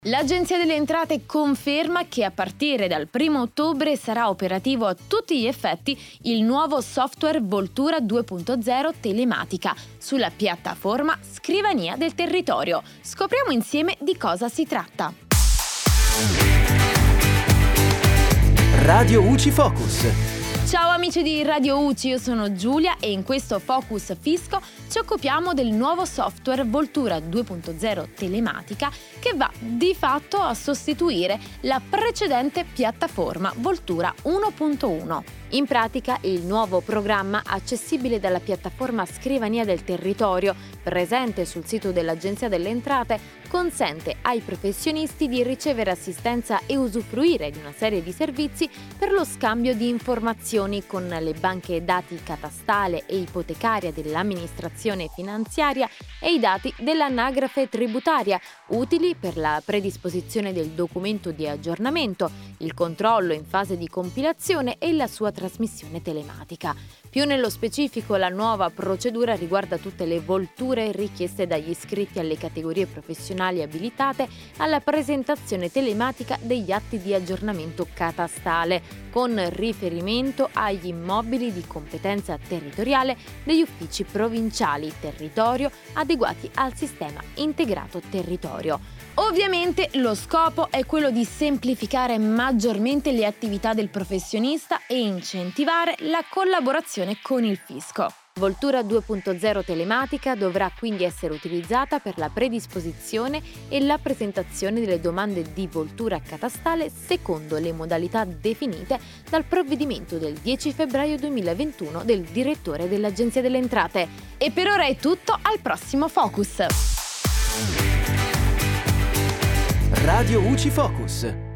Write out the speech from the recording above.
L'Agenzia delle Entrate conferma che a partire dal 1 ottobre sarà operativo a tutti gli effetti il nuovo software Voltura 2.0 telematica sulla piattaforma Scrivania del Territorio. Scopriamo insieme di cosa si tratta. Radio UCI Focus. Ciao amici di Radio UCI, io sono Giulia e in questo Focus Fisco ci occupiamo del nuovo software Voltura 2.0 telematica che va di fatto a sostituire la precedente piattaforma Voltura 1.1. In pratica il nuovo programma, accessibile dalla piattaforma Scrivania del Territorio, presente sul sito dell'Agenzia delle Entrate, consente ai professionisti di ricevere assistenza e usufruire di una serie di servizi per lo scambio di informazioni con le banche dati catastale e ipotecaria dell'amministrazione finanziaria e i dati dell'anagrafe tributaria, utili per la predisposizione del documento di aggiornamento, il controllo in fase di compilazione e la sua trasmissione telematica. Più nello specifico, la nuova procedura riguarda tutte le volture richieste dagli iscritti alle categorie professionali abilitate alla presentazione telematica degli atti di aggiornamento catastale, con riferimento agli immobili di competenza territoriale degli uffici provinciali territorio adeguati al sistema integrato territorio. Ovviamente lo scopo è quello di semplificare maggiormente le attività del professionista e incentivare la collaborazione con il fisco. Voltura 2.0 telematica dovrà quindi essere utilizzata per la predisposizione e la presentazione delle domande di voltura catastale secondo le modalità definite dal provvedimento del 10 febbraio 2021 del direttore dell'Agenzia delle Entrate. E per ora è tutto, al prossimo Focus! Radio UCI Focus.